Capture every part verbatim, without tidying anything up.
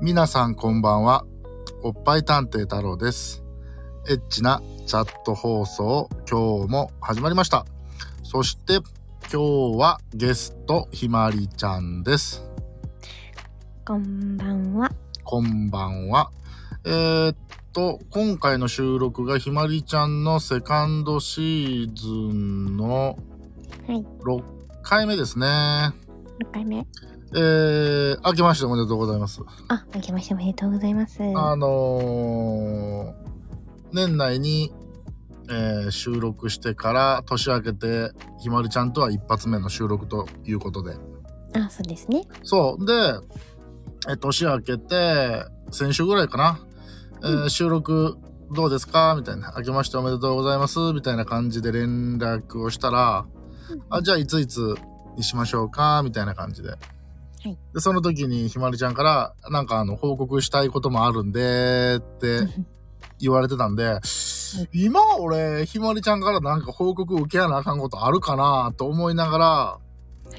皆さんこんばんは。おっぱい探偵太郎です。エッチなチャット放送、今日も始まりました。そして今日はゲストひまりちゃんです。 こんばんは。 こんばんは。えー、っと今回の収録がひまりちゃんのセカンドシーズンのろっかいめですね。はい、 ろっかいめ。 えー、明けましておめでとうございます。 あ、明けましておめでとうございます。 あのー、年内に、えー、収録してから年明けてひまりちゃんとは一発目の収録ということで。 あ、そうですね。 そうで、え年明けて先週ぐらいかな、えーうん、収録どうですかみたいな、明けましておめでとうございますみたいな感じで連絡をしたら、うん、あ、じゃあいついつにしましょうかみたいな感じで。はい、でその時にひまりちゃんからなんかあの報告したいこともあるんでって言われてたんで今俺ひまりちゃんからなんか報告受けやなあかんことあるかなと思いながら、はい、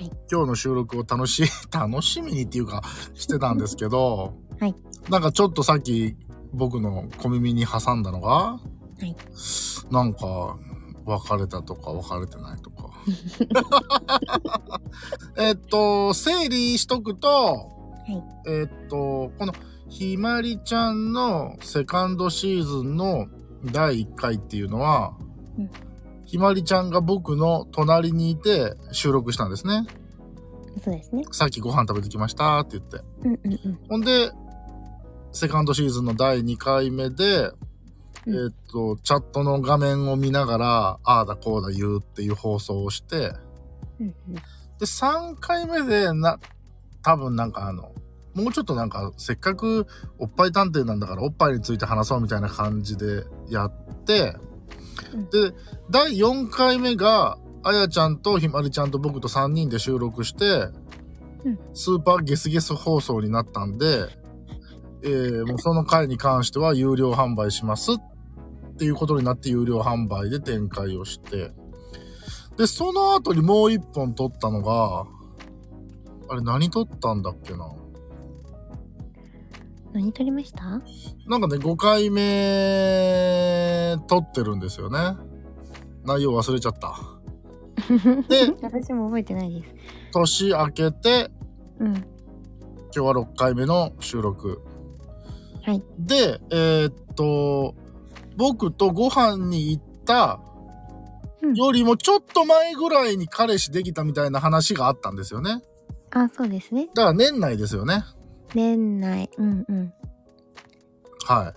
今日の収録を楽し楽しみにっていうかしてたんですけど、はい、なんかちょっとさっき僕の小耳に挟んだのが、はい、なんか別れたとか別れてないとかえっと整理しとくと、はい、えっとこのひまりちゃんのセカンドシーズンのだいいっかいっていうのは、うん、ひまりちゃんが僕の隣にいて収録したんですね。 そうですね。 さっきご飯食べてきましたって言って、 うんうんうん、 ほんでセカンドシーズンのだいにかいめでえー、っと、チャットの画面を見ながら、ああだこうだ言うっていう放送をして、うんうん、で、さんかいめでな、多分なんかあの、もうちょっとなんか、せっかくおっぱい探偵なんだからおっぱいについて話そうみたいな感じでやって、うん、で、だいよんかいめが、あやちゃんとひまりちゃんと僕とさんにんで収録して、うん、スーパーゲスゲス放送になったんで、えー、もうその回に関しては有料販売しますっていうことになって有料販売で展開をして、でその後にもう一本撮ったのがあれ何撮ったんだっけな。 何撮りました？ なんかねごかいめ撮ってるんですよね。内容忘れちゃったで私も覚えてないです。 年明けて、うん、今日はろっかいめの収録、はい、でえー、っと僕とご飯に行ったよりもちょっと前ぐらいに彼氏できたみたいな話があったんですよね。 あ、そうですね。 だから年内ですよね。 年内、うんうん。 はい。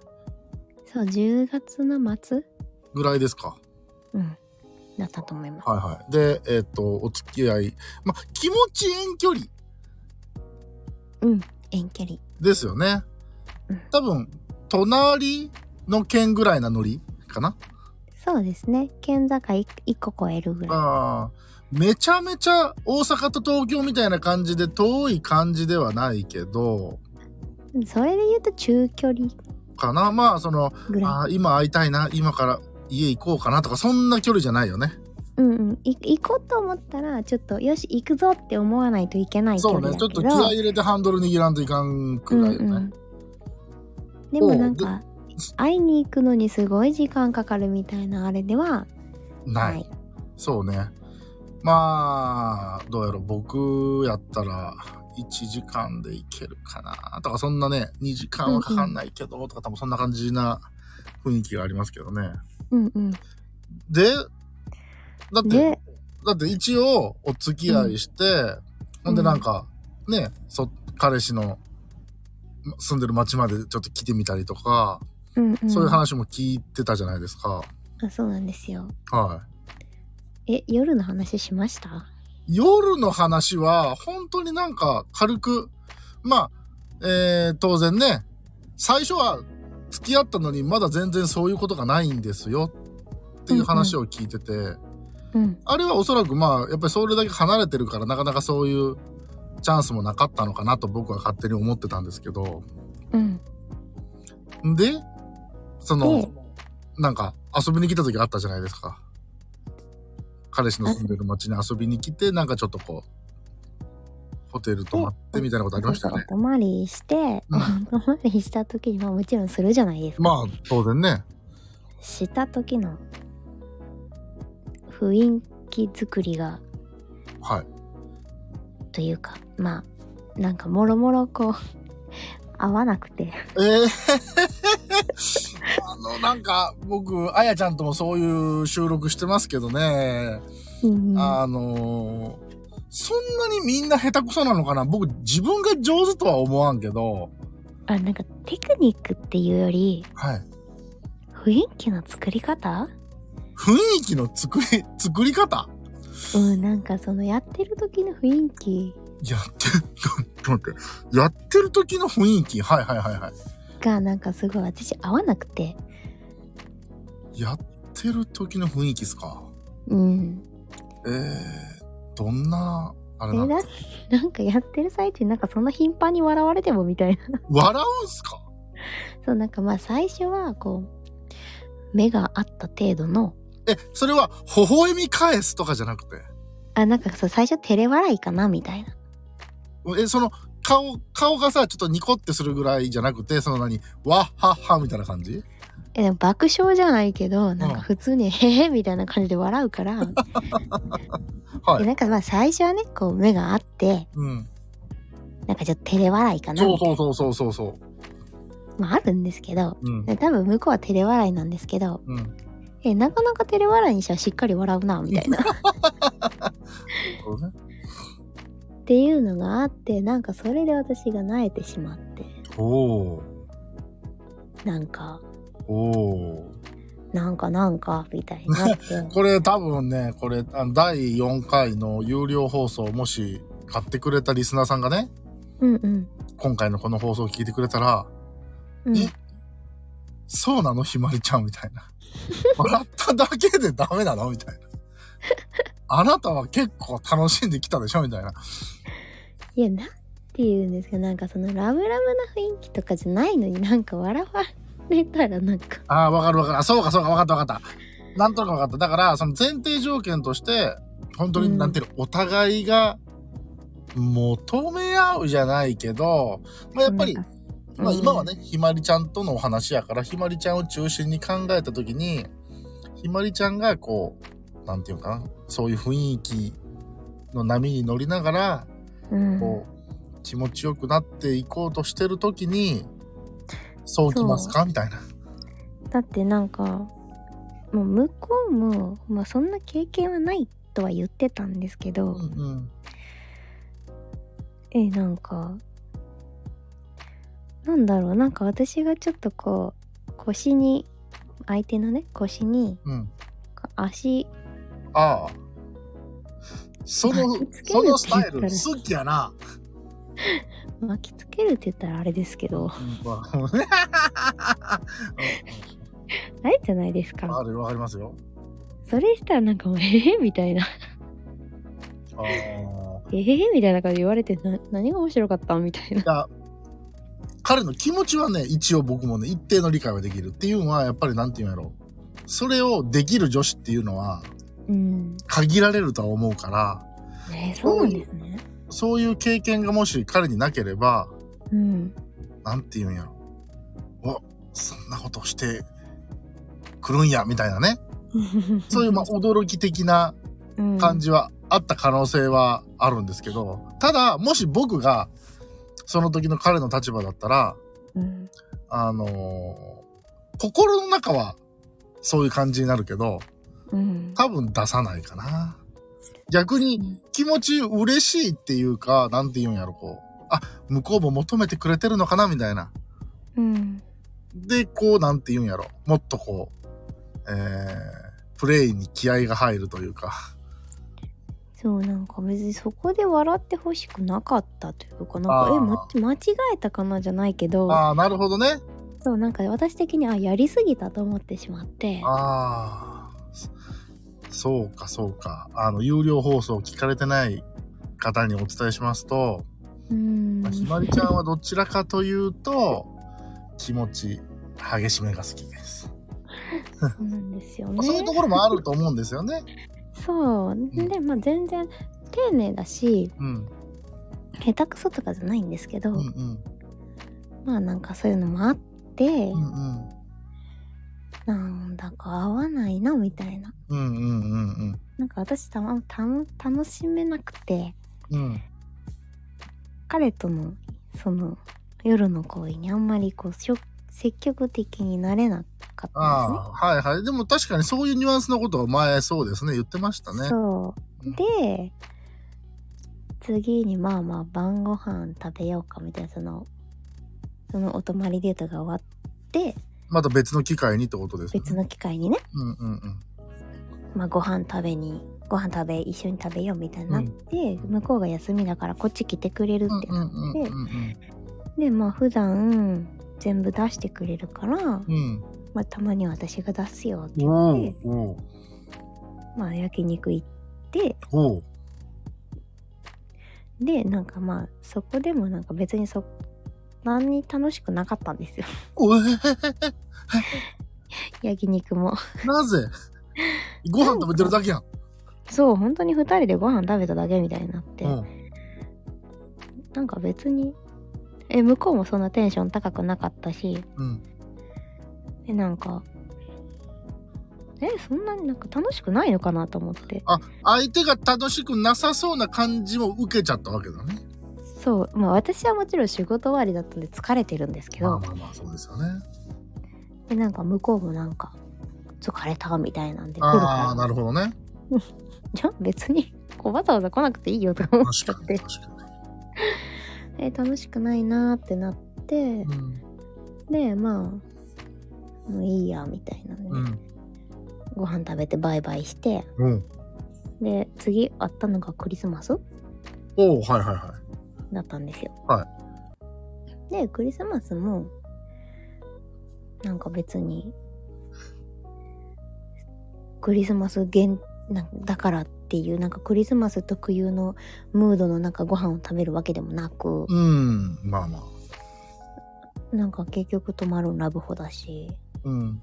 そう、じゅうがつの末ぐらいですか。 うん。だったと思います。 はいはい。で、えー、っと、お付き合い。ま、気持ち遠距離。 うん、遠距離。 ですよね。うん、多分、隣の県ぐらいなノリかな。 そうですね。県境いっこ越えるぐらい。 ああ、めちゃめちゃ大阪と東京みたいな感じで遠い感じではないけど、 それで言うと中距離かな。まあそのあ今会いたいな、今から家行こうかなとかそんな距離じゃないよね。 うんうん、い行こうと思ったらちょっとよし行くぞって思わないといけない距離だけど、 そうね、ちょっと気合い入れてハンドル握らんといかんくらいよね。うんうん、 でもなんか会いに行くのにすごい時間かかるみたいなあれではない。ない。そうね。まあどうやろう、僕やったらいちじかんで行けるかなとか、そんなねにじかんはかかんないけど、うんうん、とか多分そんな感じな雰囲気がありますけどね。うんうん。で、だってだって一応お付き合いして、うん、ほんでなんかね、そ彼氏の住んでる町までちょっと来てみたりとか、うんうん、そういう話も聞いてたじゃないですか。 あ、そうなんですよ。 はい。 え、夜の話しました？ 夜の話は本当になんか軽く、まあ、えー、当然ね、最初は付き合ったのにまだ全然そういうことがないんですよっていう話を聞いてて、うんうん、あれはおそらくまあやっぱりそれだけ離れてるからなかなかそういうチャンスもなかったのかなと僕は勝手に思ってたんですけど、うん、でそのなんか遊びに来た時あったじゃないですか。彼氏の住んでる町に遊びに来て、なんかちょっとこうホテル泊まってみたいなことありましたね。 お泊まりして、うん、お泊まりした時に、まあもちろんするじゃないですか。 まあ、当然ね。 した時の雰囲気作りが、 はい。 というか、まあ、なんかもろもろこう、合わなくて。 ええー、あの、なんか、僕、あやちゃんともそういう収録してますけどね。うん、あのー、そんなにみんな下手くそなのかな？僕、自分が上手とは思わんけど。 あ、なんかテクニックっていうより、 はい。 雰囲気の作り方？ 雰囲気の作り、作り方？ うん、なんかそのやってる時の雰囲気。 やってる、ちょっと待って。やってる時の雰囲気。はいはいはいはい。 が、なんかすごい私合わなくて。 やってる時の雰囲気っすか？ うん。 えー、どんな、あれなんですか？ え、な、なんかやってる最中なんかそんな頻繁に笑われてもみたいな。 笑うんすか？ そう、なんかまあ最初はこう、目があった程度の。 え、それは微笑み返すとかじゃなくて？ あ、なんかそう、最初照れ笑いかなみたいな。 え、その、顔、顔がさ、ちょっとニコってするぐらいじゃなくて、その何、わっはっはみたいな感じ？ え、でも爆笑じゃないけど、なんか普通に、うん、へへみたいな感じで笑うから。はい。なんかまあ最初はね、こう目があって、うん。なんかちょっと照れ笑いかな。 そうそうそうそうそうそう。 まああるんですけど、うん、多分向こうは照れ笑いなんですけど、うん、え、なかなか照れ笑いにしてはしっかり笑うな、みたいな。 そうね。 っていうのがあって、なんかそれで私が萎えてしまって。 おー。 なんか。 おー。 なんかなんか、みたいになって。 これ多分ね、これ、あのだいよんかいの有料放送、もし買ってくれたリスナーさんがね、 うんうん。 今回のこの放送を聞いてくれたら、うん、え、そうなの？ひまりちゃんみたいな。笑っただけでダメなの？みたいな。あなたは結構楽しんできたでしょみたいな。 いや、なんて言うんですか、なんかそのラブラブな雰囲気とかじゃないのになんか笑われたらなんか。 ああ、わかるわかる。あ、そうかそうか、わかったわかった。なんとなくわかった。だから、その前提条件として、本当になんていうの、うん、お互いが求め合うじゃないけど、まあ、やっぱり、まあ今はね、うん、ひまりちゃんとのお話やから、ひまりちゃんを中心に考えたときに、ひまりちゃんがこう、なんていうかな、そういう雰囲気の波に乗りながら、うん、こう、気持ちよくなっていこうとしてるときに、そうきますかみたいな。 だってなんか、もう向こうも、まあそんな経験はないとは言ってたんですけど、うんうん、え、なんか、なんだろう、なんか私がちょっとこう、腰に、相手のね、腰に、うん、足、 ああ。その、そのスタイル好きやな。 巻きつけるって言ったらあれですけど。ないじゃないですか。 ある、わかりますよ。 それしたらなんかもう、えへみたいな。あえへみたいな感じで言われて、な、何が面白かったみたいな。いや、 彼の気持ちはね、一応僕もね、一定の理解はできるっていうのは、やっぱりなんていうんやろ。それをできる女子っていうのは、うん、限られるとは思うから、 えー、そうなんですね。 そういう経験がもし彼になければ、うん、なんて言うんやろ。お、そんなことしてくるんや、みたいなね。そういうまあ驚き的な感じはあった可能性はあるんですけど、ただ、もし僕がその時の彼の立場だったら、うん、あのー、心の中はそういう感じになるけど、うん、多分出さないかな。逆に気持ち嬉しいっていうか、なんて言うんやろ、こう。あ、向こうも求めてくれてるのかなみたいな。うん。で、こう、なんて言うんやろ。もっとこう、えー、プレイに気合が入るというか。 そう、なんか別にそこで笑ってほしくなかったというか、なんか、え、ま、間違えたかなじゃないけど。 ああ、なるほどね。 そう、なんか私的に、あ、やりすぎたと思ってしまって。 ああ。そうか、そうか。あの、有料放送を聞かれてない方にお伝えしますと、うーん、まあ、ひまりちゃんはどちらかというと、気持ち激しめが好きです。 そうなんですよね。 そういうところもあると思うんですよね。 そう。で、まあ全然丁寧だし、うん、 下手くそとかじゃないんですけど、うんうん、まあなんかそういうのもあって、うんうん、なんだか合わないなみたいな、うんうんうんうん、なんか私たまた楽しめなくて、うん、彼とのその夜の行為にあんまりこう積極的になれなかったんですね。 ああ、はいはい。でも確かにそういうニュアンスのことを前そうですね言ってましたね。 そう、うん、で次にまあまあ晩ご飯食べようかみたいな、そのそのお泊まりデートが終わってまた別の機会にってことですね。 別の機会にね、 うんうんうん、まあご飯食べにご飯食べ一緒に食べようみたいになって、うん、向こうが休みだからこっち来てくれるってなって、でまあ普段全部出してくれるから、うんまあ、たまに私が出すよって言って、まあ焼肉行って、でなんかまあそこでもなんか別にそ何に楽しくなかったんですよ焼肉もなぜご飯食べてるだけやん。 そう本当にふたりでご飯食べただけみたいになって、うん、なんか別にえ向こうもそんなテンション高くなかったし、うん、でなんかえそんなになんか楽しくないのかなと思って、 あ相手が楽しくなさそうな感じも受けちゃったわけだね。 そうまあ私はもちろん仕事終わりだったんで疲れてるんですけど、 まあまあまあそうですよね。 でなんか向こうもなんか疲れたみたいなんで来るから、ああなるほどねじゃあ別にこうわざわざ来なくていいよと思っちゃって確かに確かにえ楽しくないなーってなって、うん、でまあもういいやみたいなね、うん、ご飯食べてバイバイして、うん、で次会ったのがクリスマスおーはいはいはいだったんですよ。 はい。 でクリスマスもなんか別にクリスマス限だからっていうなんかクリスマス特有のムードのなんかご飯を食べるわけでもなく、 うんまあまあなんか結局泊まるラブホだし、うん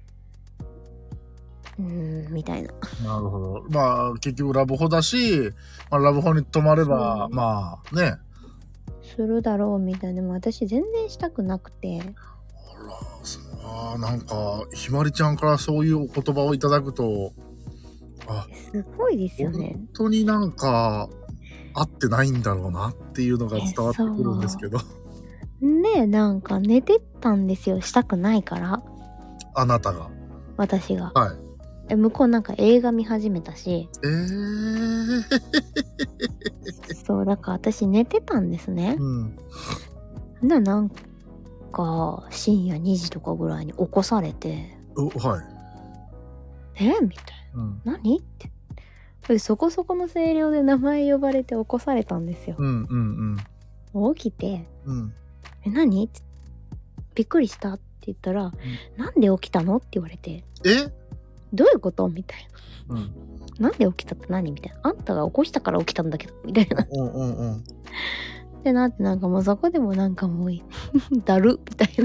うんみたいな。 なるほど。まあ結局ラブホだし、まあ、ラブホに泊まれば、うん、まあねするだろうみたいな。でも私全然したくなくて。 あらあーなんかひまりちゃんからそういうお言葉をいただくとあすごいですよね。 本当になんか合ってないんだろうなっていうのが伝わってくるんですけどでなんか寝てたんですよしたくないから。 あなたが私がはいえ向こうなんか映画見始めたしえーそうだから私寝てたんですね、うん、でなんか深夜にじとかぐらいに起こされておはいえみたいな、うん、何ってそこそこの声量で名前呼ばれて起こされたんですよ、うんうんうん、起きて、うん、え何ってびっくりしたって言ったら、うん、なんで起きたのって言われてえどういうことみたいな、うん、なんで起きたって何みたいなあんたが起こしたから起きたんだけどみたいなうんうんうんってなってなんかもうそこでもなんかもうだるみたいな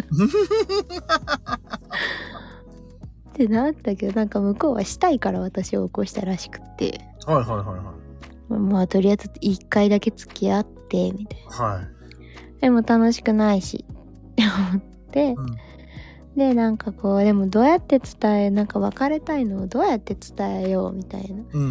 ってなったけどなんか向こうはしたいから私を起こしたらしくってはいはいはいはいまあとりあえずいっかいだけ付き合ってみたいなはいでも楽しくないしって思って、うんでなんかこうでもどうやって伝えなんか別れたいのをどうやって伝えようみたいな、うんうん、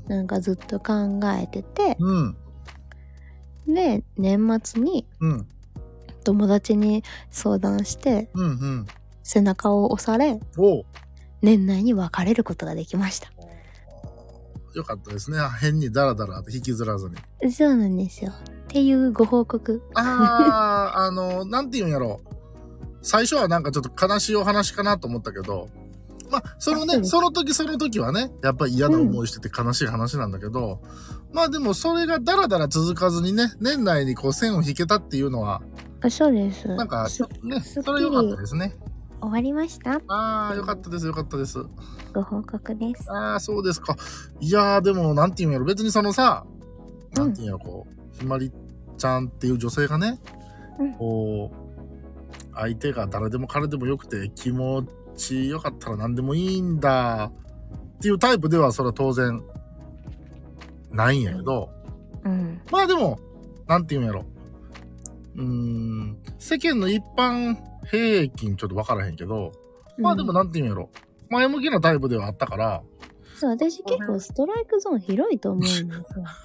なんかずっと考えてて、うん、で年末に友達に相談して、うんうん、背中を押され年内に別れることができました。 よかったですね変にダラダラと引きずらずに。 そうなんですよっていうご報告。 あああのなんていうんやろう最初はなんかちょっと悲しいお話かなと思ったけど、まあ、そのね、その時その時はね、やっぱり嫌な思いしてて悲しい話なんだけど、うん、まあでもそれがだらだら続かずにね、年内にこう線を引けたっていうのは、 あそうです。 なんかね、それ良かったですね。 終わりました。 ああ、よかったです、よかったです。 ご報告です。 ああ、そうですか。いやー、でも、なんていうんやろ、別にそのさ、なんていうんやろ、こう、ひまりちゃんっていう女性がね、うん、こう、相手が誰でも彼でもよくて気持ちよかったら何でもいいんだっていうタイプではそれは当然ないんやけど、うん、まあでもなんて言うんやろ。うーん、世間の一般平均ちょっと分からへんけど、まあでもなんて言うんやろ。前向きなタイプではあったから。 そう、私結構ストライクゾーン広いと思うんですよ。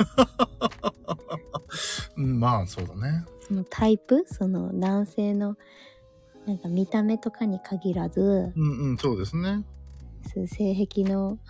うん、まあそうだね。 そのタイプ、その男性のなんか見た目とかに限らず、 うんうん、そうですね。 性癖の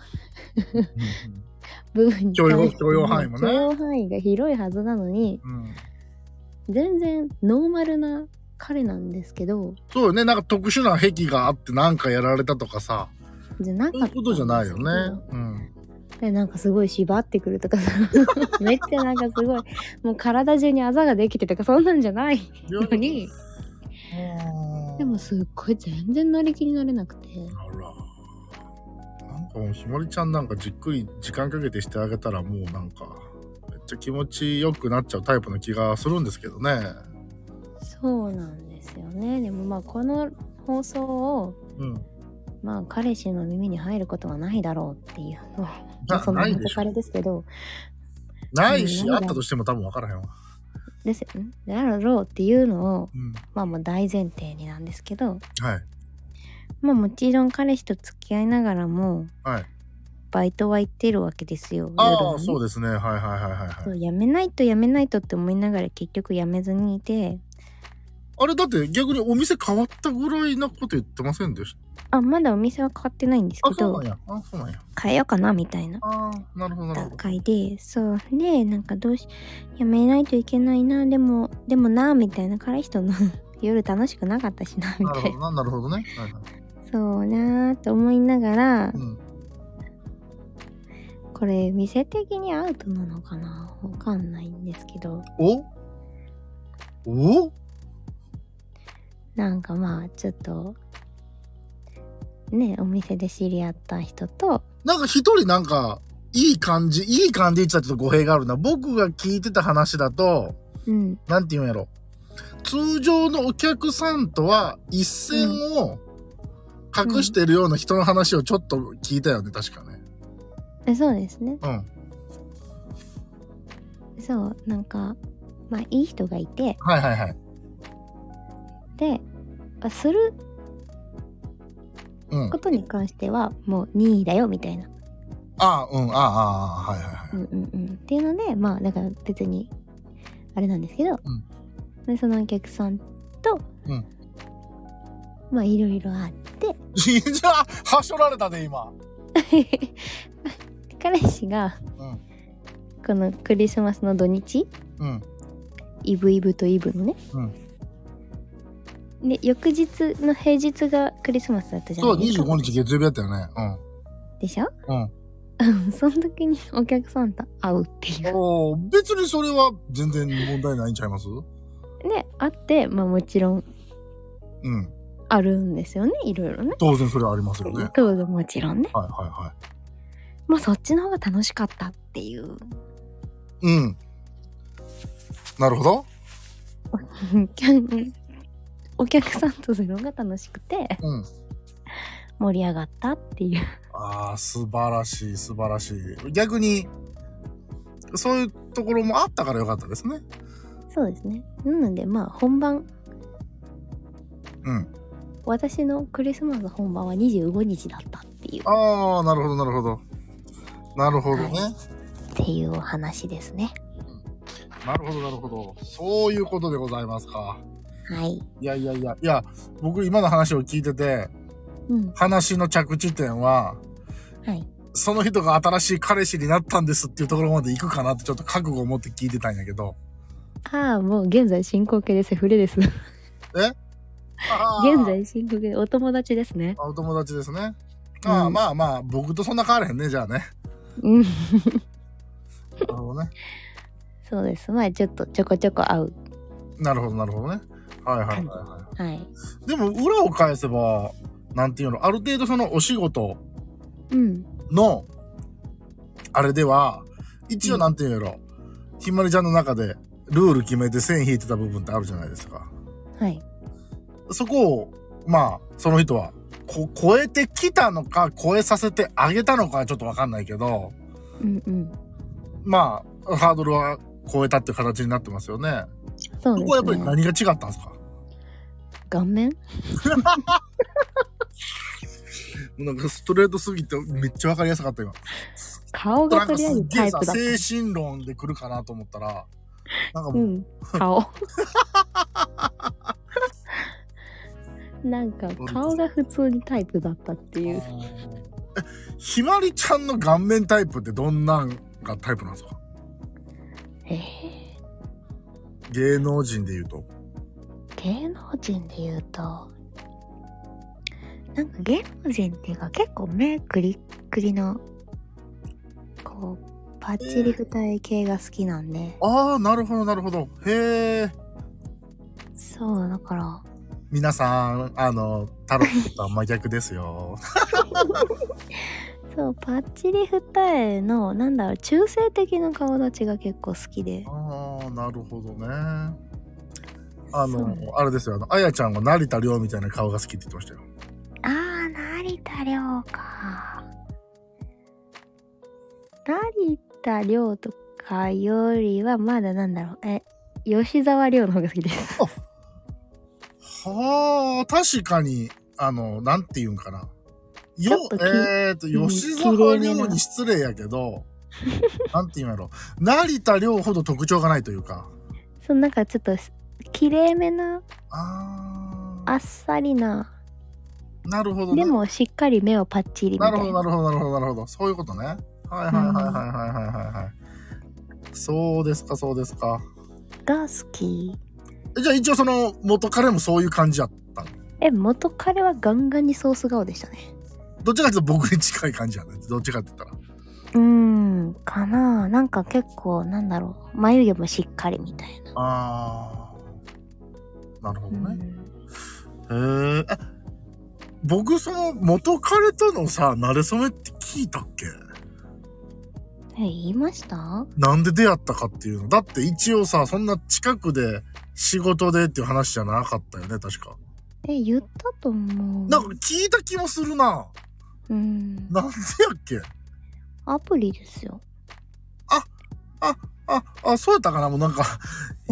部分に許容、許容範囲もね。 許容範囲が広いはずなのに、うん、全然ノーマルな彼なんですけど。 そうよね。なんか特殊な癖があってなんかやられたとかさ。 じゃなかったんですけど。そういうことじゃないよね。うん。 でなんかすごい縛ってくるとかさめっちゃなんかすごいもう体中にあざができてとかそんなんじゃないのにでもすっごい全然乗り気になれなくて。 あら。なんかもうひまりちゃんなんかじっくり時間かけてしてあげたらもうなんかめっちゃ気持ちよくなっちゃうタイプの気がするんですけどね。 そうなんですよね。でもまあこの放送を、うん、まあ彼氏の耳に入ることはないだろうっていうのをまあそんな元彼ですけどないし、あったとしても多分分からへんわですよね。だろうっていうのを、うん、まあもう大前提になんですけど、はい、まあもちろん彼氏と付き合いながらも、はい、バイトは行ってるわけですよ。 ああ、そうですね。はいはいはいはい、はい。 そう、辞めないと辞めないとって思いながら結局辞めずにいて。 あれだって逆にお店変わったぐらいなこと言ってませんでした？ あ、まだお店は変わってないんですけど。 あ、そうなんや。あ、そうなんや。 変えようかなみたいな。 ああ、なるほどなるほど。 段階で、そうでなんかどうし辞めないといけないな、でもでもなみたいな、彼氏との夜楽しくなかったしなみたいな。 なるほどね。はいはい。 そうなーと思いながら、うん、これ店的にアウトなのかな、わかんないんですけど。 おおなんかまあちょっとね、お店で知り合った人となんか一人なんかいい感じいい感じって言ったらちょっと語弊があるな。僕が聞いてた話だと、うん、なんて言うんやろ、通常のお客さんとは一線を隠してるような人の話をちょっと聞いたよね、確かね。 え、そうですね。うん。そう、なんかまあいい人がいて、 はいはいはい。 で、することに関してはもう任意だよみたいな。 ああ、うん、ああ、ああ、はいはいはい。 うんうんうん。っていうので、まあだから別にあれなんですけど、うん、でそのお客さんと、うん、まあいろいろあって。 じゃあはしょられたね今。 彼氏が、うん、このクリスマスの土日、うん、イブイブとイブのね。うん、で翌日の平日がクリスマスだったじゃないですか。 そう、にじゅうごにち月曜日だったよね。うん。 でしょ？うん。その時にお客さんと会うっていう。 おー、別にそれは全然問題ないんちゃいます？ で、会って、まあもちろん、うん。あるんですよね、いろいろね。 当然それはありますよね。 当然もちろんね。 はいはいはい。 まあそっちの方が楽しかったっていう。 うん。なるほど。 お客さんとするのが楽しくて、うん、盛り上がったっていう。 ああ、素晴らしい素晴らしい。逆にそういうところもあったからよかったですね。 そうですね。なのでまあ本番、うん、私のクリスマス本番はにじゅうごにちだったっていう。 ああ、なるほどなるほどなるほどね、はい、 っていうお話ですね。 うん、なるほどなるほど、そういうことでございますか。 はい。 いやいやいやいや、僕今の話を聞いてて、うん、話の着地点は、はい、その人が新しい彼氏になったんですっていうところまで行くかなってちょっと覚悟を持って聞いてたんやけど。 ああ、もう現在進行形でセフレです。え？現在進行形でお友達ですね。 あ、お友達ですね。ああ、うん、まあまあ僕とそんな変わらへんね、じゃあね。うん。なるほどね。 そうです。まあちょっとちょこちょこ会う。 なるほどなるほどね。はいはいはいはい。はい、でも裏を返せば、なんていうの、ある程度そのお仕事の、あれでは、一応なんていうのやろ、うん、ひまりちゃんの中でルール決めて線引いてた部分ってあるじゃないですか。はい。そこを、まあ、その人は、こ、超えてきたのか、超えさせてあげたのかちょっとわかんないけど、うんうん。まあ、ハードルは超えたっていう形になってますよね。 そうですね。 ここはやっぱり何が違ったんですか？ 顔面なんかストレートすぎてめっちゃわかりやすかった今。 顔がとりあえずタイプだった。 精神論で来るかなと思ったら、なんかもう、うん、 顔。なんか顔が普通にタイプだったっていう。 え、ひまりちゃんの顔面タイプってどんなんがタイプなんですか？ えー、芸能人で言うと芸能人で言うとなんか芸能人っていうか結構目クリックリのこうパッチリ二重系が好きなんで、 えー、ああなるほどなるほどへえそうだから皆さんあのタロットとは真逆ですよそうパッチリ二重のなんだろう中性的な顔立ちが結構好きで。 ああなるほどね。あのあれですよあのあやちゃんは成田凌みたいな顔が好きって言ってましたよ。 ああ成田凌か。成田凌とかよりはまだなんだろうえ吉沢亮の方が好きです。 はあ確かにあのなんていうんかなよえーと吉沢亮に失礼やけどなんていうんやろ成田凌ほど特徴がないというかそうなんかちょっと綺麗めなあ, あっさりななるほどね。 でもしっかり目をパッチリみたいな。 なるほどなるほどなるほどなるほどそういうことね。はいはいはいはいはいはいはいはい、そうですかそうですかが好き。 じゃあ一応その元彼もそういう感じやったの？ え元彼はガンガンにソース顔でしたね。 どっちかっていうと僕に近い感じやね。どっちかって言ったらうーんかな。なんか結構なんだろう眉毛もしっかりみたいな。 あーなるほどね、うん、へえ僕その元彼とのさ馴れ初めって聞いたっけ？ え言いました？ なんで出会ったかっていうのだって一応さそんな近くで仕事でっていう話じゃなかったよね確か。 え言ったと思う。 なんか聞いた気もするな。 うんなんでやっけ？ アプリですよ。 ああああそうやったかな。もうなんか、うん、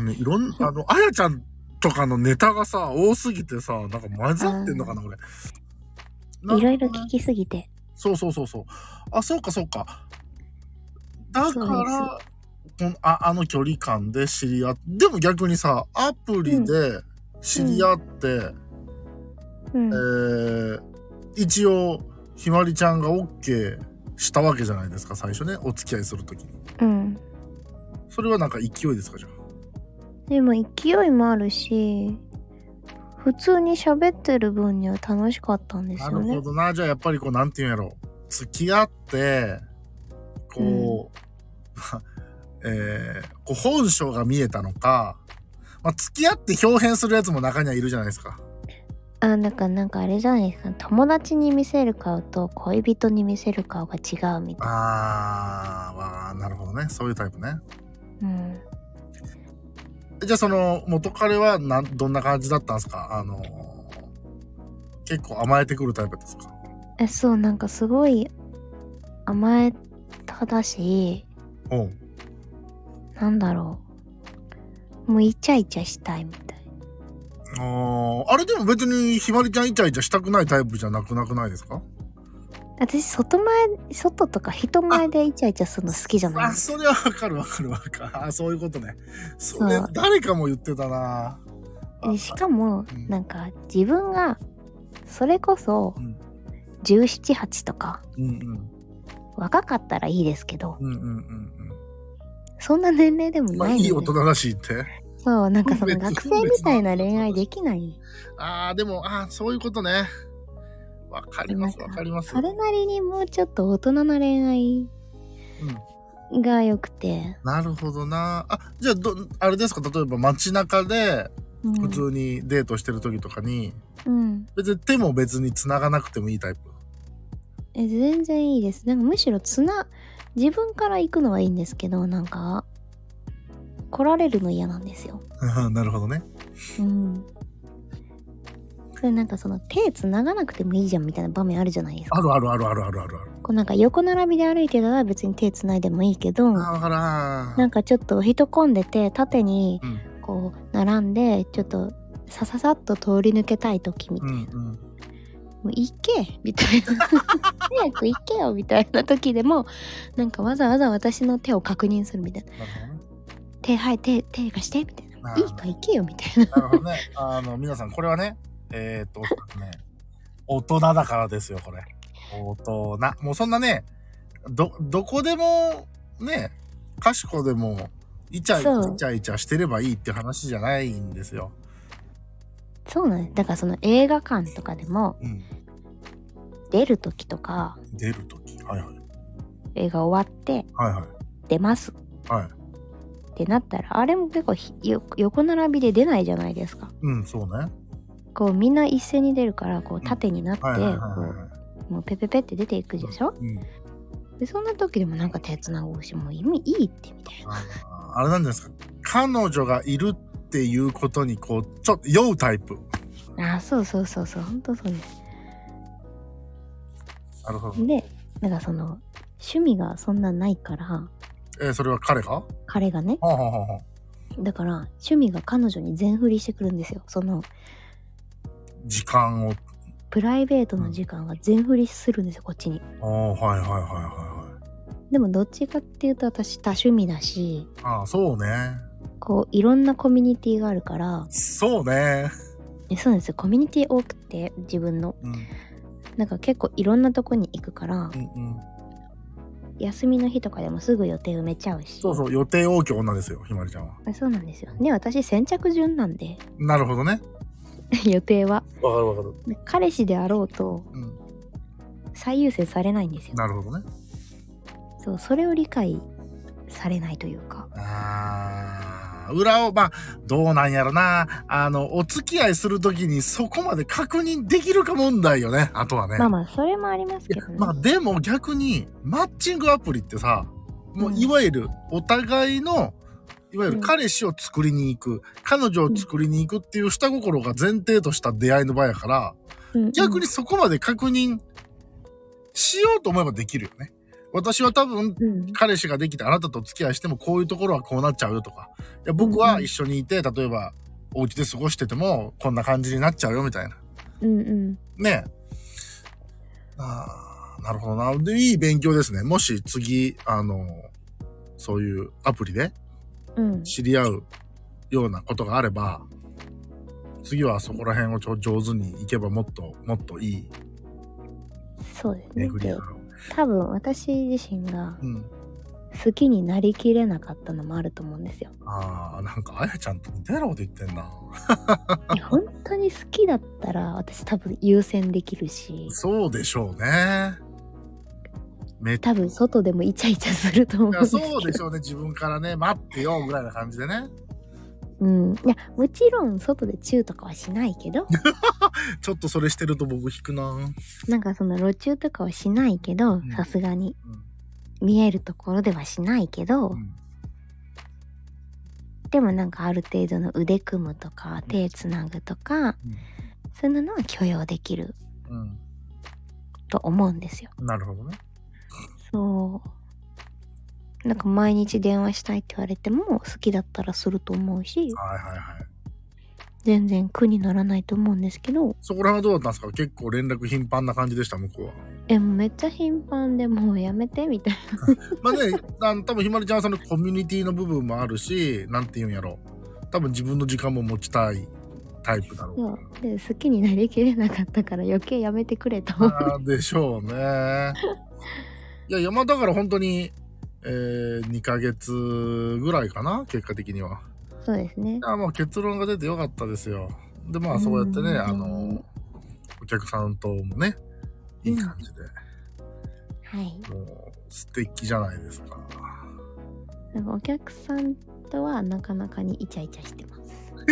いろんなあのあやちゃんとかのネタがさ多すぎてさなんか混ざってんのかな俺。 いろいろ聞きすぎて。 そうそうそうそうあそうかそうかだからこの あ, あの距離感で知り合ってでも逆にさアプリで知り合って、うんうん、えー、一応ひまりちゃんが OK したわけじゃないですか最初ねお付き合いするときに、 うん、 それはなんか勢いですかじゃあ。 でも勢いもあるし普通に喋ってる分には楽しかったんですよね。 なるほどな。じゃあやっぱりこうなんていうんやろ付き合ってこう、うんえー、こう本性が見えたのか、まあ、付き合って表現するやつも中にはいるじゃないですか。 あなんかなんかあれじゃないですか友達に見せる顔と恋人に見せる顔が違うみたいな。 あー、まあなるほどねそういうタイプね。 うんじゃあその元彼はなんどんな感じだったんですか？あのー、結構甘えてくるタイプですか？ えそうなんかすごい甘えただしおうなんだろうもうイチャイチャしたいみたい。 ああれでも別にひまりちゃんイチャイチャしたくないタイプじゃなくなくないですか？ 私外前外とか人前でイチャイチャするの好きじゃないですか。 あそれはわかるわかるわかる。あそういうことね。それ誰かも言ってたな。 しかも、うん、なんか自分がそれこそじゅうなな、はちとか、うんうん、若かったらいいですけど、うんうんうんうん、そんな年齢でもないので、 まあ、いい大人らしいってそうなんかその学生みたいな恋愛できない。 ああでもあそういうことね。わかりますわかります。 それなりにもうちょっと大人な恋愛が良くて、 うん、なるほどなあ。じゃあどあれですか例えば街中で普通にデートしてる時とかに、うん、別に手も別に繋がなくてもいいタイプ？ え全然いいです。なんかむしろつな自分から行くのはいいんですけどなんか来られるの嫌なんですよ。 なるほどね。 うんなんかその手繋がなくてもいいじゃんみたいな場面あるじゃないですか。 あるあるあるあるあるあるある。 こうなんか横並びで歩いてたら別に手つないでもいいけど、 あ、わからん。 なんかちょっと人混んでて縦にこう並んでちょっとさささっと通り抜けたい時みたいな、うんうん、もう行けみたいな早く行けよみたいな時でもなんかわざわざ私の手を確認するみたいな、手はい手手貸してみたいな、いいか行けよみたいな。 なるほどね。あの皆さんこれはね、えー、っとね大人だからですよこれ。大人。もうそんなね、どどこでもね、かしこでもイチャイチャイチャイチャしてればいいって話じゃないんですよ。 そうなんです。だからその映画館とかでも、うん、出る時とか、 出る時、はいはい。 映画終わって、はいはい、出ます。はい。ってなったら、あれも結構よ横並びで出ないじゃないですか。 うん、そうね。 こうみんな一斉に出るからこう縦になって、もうペペペって出ていくでしょ。うん、でそんな時でもなんか手つなぐしもう意味いいってみたいな。 あ, あれなんですか。彼女がいるっていうことにこうちょっと酔うタイプ。 あ、そうそうそうそう、本当そうです。 なるほど。 で、なんかその趣味がそんなないから。 えー、それは彼が？ 彼がね。 はあはあはあ、だから趣味が彼女に全振りしてくるんですよ。その時間を。 プライベートの時間が全振りするんですよ、こっちに。 ああ、はいはいはいはいはい。 でもどっちかっていうと私多趣味だし。 ああ、そうね。 こういろんなコミュニティがあるから。 そうね。 え、そうなんですよ。コミュニティ多くて自分の、うん、なんか結構いろんなとこに行くから、うんうん、休みの日とかでもすぐ予定埋めちゃうし。 そうそう、予定多き女ですよ、ひまりちゃんは。 そうなんですよね。私先着順なんで。 なるほどね。 予定は。 わかるわかる。 彼氏であろうと、うん、最優先されないんですよ。 なるほどね。 そう、それを理解されないというか。 ああ、裏を、まあ、どうなんやろな。あの、お付き合いするときにそこまで確認できるか問題よね。あとはね。 まあまあ、それもありますけどね。 まあ、でも逆に、マッチングアプリってさ、もういわゆるお互いの、いわゆる彼氏を作りに行く、うん、彼女を作りに行くっていう下心が前提とした出会いの場やから、うんうん、逆にそこまで確認しようと思えばできるよね。私は多分、うん、彼氏ができてあなたと付き合いしてもこういうところはこうなっちゃうよとか、いや僕は一緒にいて、例えばお家で過ごしててもこんな感じになっちゃうよみたいな。 うんうん、 ねえ。ああ、なるほどな。で、いい勉強ですね。もし次、あの、そういうアプリで、知り合うようなことがあれば、うん、次はそこら辺をちょ上手にいけばもっともっといい。 そうですね。多分私自身が好きになりきれなかったのもあると思うんですよ。 うん、ああ、なんかあやちゃんと似たようなこと言ってんな。 本当に好きだったら私多分優先できるし。 そうでしょうね。 多分外でもイチャイチャすると思うんですけど。 そうでしょうね。自分からね、待ってよぐらいな感じでね。 うん。いや、もちろん外でチューとかはしないけど。 ちょっとそれしてると僕引くな。 なんかその路チューとかはしないけど、さすがに、うん。見えるところではしないけど、うん、でもなんかある程度の腕組むとか、手つなぐとか、うん、そういうのは許容できる、うん、と思うんですよ。 なるほどね。 そうなんか毎日電話したいって言われても好きだったらすると思うし、 はいはいはい、 全然苦にならないと思うんですけど。 そこら辺はどうだったんですか？結構連絡頻繁な感じでした？向こうは。 え、めっちゃ頻繁でもうやめてみたいなまあね、あの多分ひまりちゃんはそのコミュニティの部分もあるし、なんて言うんやろ、多分自分の時間も持ちたいタイプだろう。 そうで好きになりきれなかったから余計やめてくれと思う。 あでしょうね。いや山だから本当に、えー、にかげつぐらいかな、結果的には。 そうですね。 あもう結論が出てよかったですよ。でまあそうやってね、あのお客さんともねいい感じで、 うん、はい、 もう素敵じゃないですか。 なんかお客さんとはなかなかにイチャイチャしてます。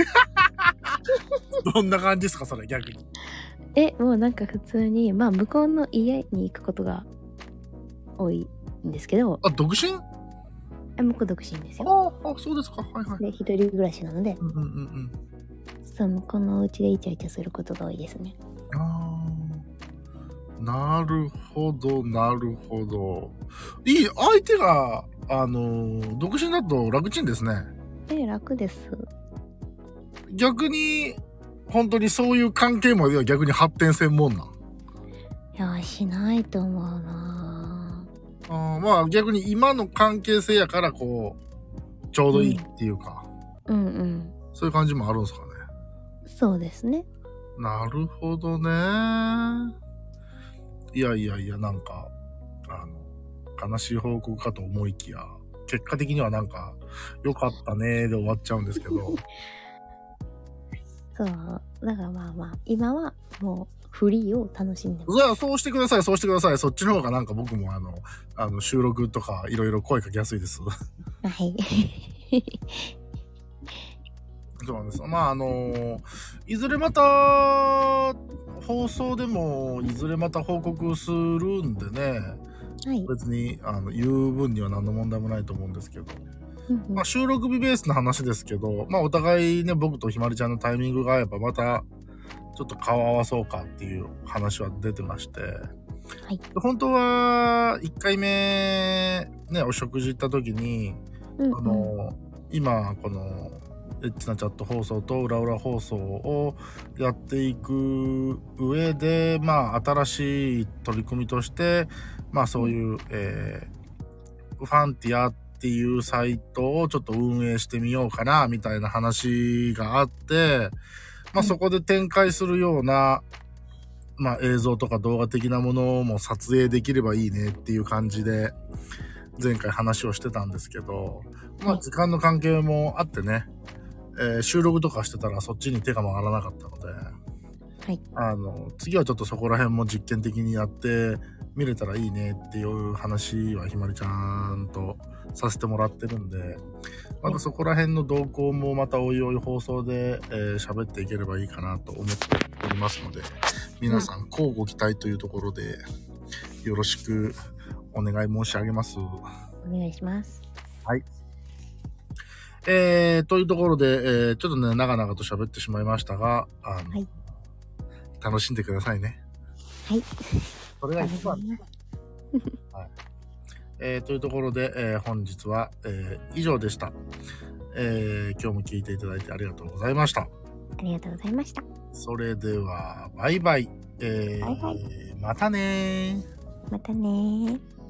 どんな感じですかそれ逆に。 えもうなんか普通にまあ向こうの家に行くことが多いんですけど。 あ、独身？ え、向こう独身ですよ。 ああ、そうですか。はいはい。 で、一人暮らしなので、 うんうんうんうん。 そう、向こうのお家でイチャイチャすることが多いですね。 ああ、 なるほど、なるほど。いい、相手が、あのー、独身だと楽ちんですね。 ええ、楽です。 逆に、本当にそういう関係までは逆に発展せんもんなん。 いや、しないと思うなぁ。あまあ逆に今の関係性やからこう、ちょうどいいっていうか。 うん、うん、うん。 そういう感じもあるんですかね。 そうですね。 なるほどね。いやいやいや、なんか、あの、悲しい報告かと思いきや、結果的にはなんか、良かったねーで終わっちゃうんですけど。 そう。だからまあまあ、今はもうフリーを楽しんでます。 じゃあ、そうしてください、そうしてください。そっちの方がなんか僕もあの、あの、収録とかいろいろ声かけやすいです。はい。 そうなんです。まあ、あのー、いずれまた、放送でも、いずれまた報告するんでね、はい、別に、あの、言う分には何の問題もないと思うんですけど。うんうん、まあ、収録日ベースの話ですけど、まあ、お互いね、僕とひまりちゃんのタイミングが合えば、また、ちょっと顔合わそうかっていう話は出てまして。はい、本当は、いっかいめ、ね、お食事行った時に、うんうん、あの、今、この、エッチなチャット放送と裏裏放送をやっていく上で、まあ、新しい取り組みとして、まあ、そういう、うん、えー、ファンティアっていうサイトをちょっと運営してみようかな、みたいな話があって、まあ、そこで展開するような、まあ、映像とか動画的なものも撮影できればいいねっていう感じで、前回話をしてたんですけど、まあ、時間の関係もあってね、えー、収録とかしてたらそっちに手が回らなかったので、はい、あの次はちょっとそこら辺も実験的にやって見れたらいいねっていう話はひまりちゃんとさせてもらってるんで、またそこら辺の動向もまたおいおい放送で喋、えー、っていければいいかなと思っておりますので、皆さん乞うご期待というところでよろしくお願い申し上げます。お願いします。 はい。えー、というところで、えー、ちょっとね、長々と喋ってしまいましたが、あの、はい、楽しんでくださいね。 はい。 それが一番。はい。えー、というところで、えー、本日は、えー、以上でした。えー、今日も聞いていただいてありがとうございました。 ありがとうございました。 それでは、バイバイ。えー、バイバイ。またねー。 またねー。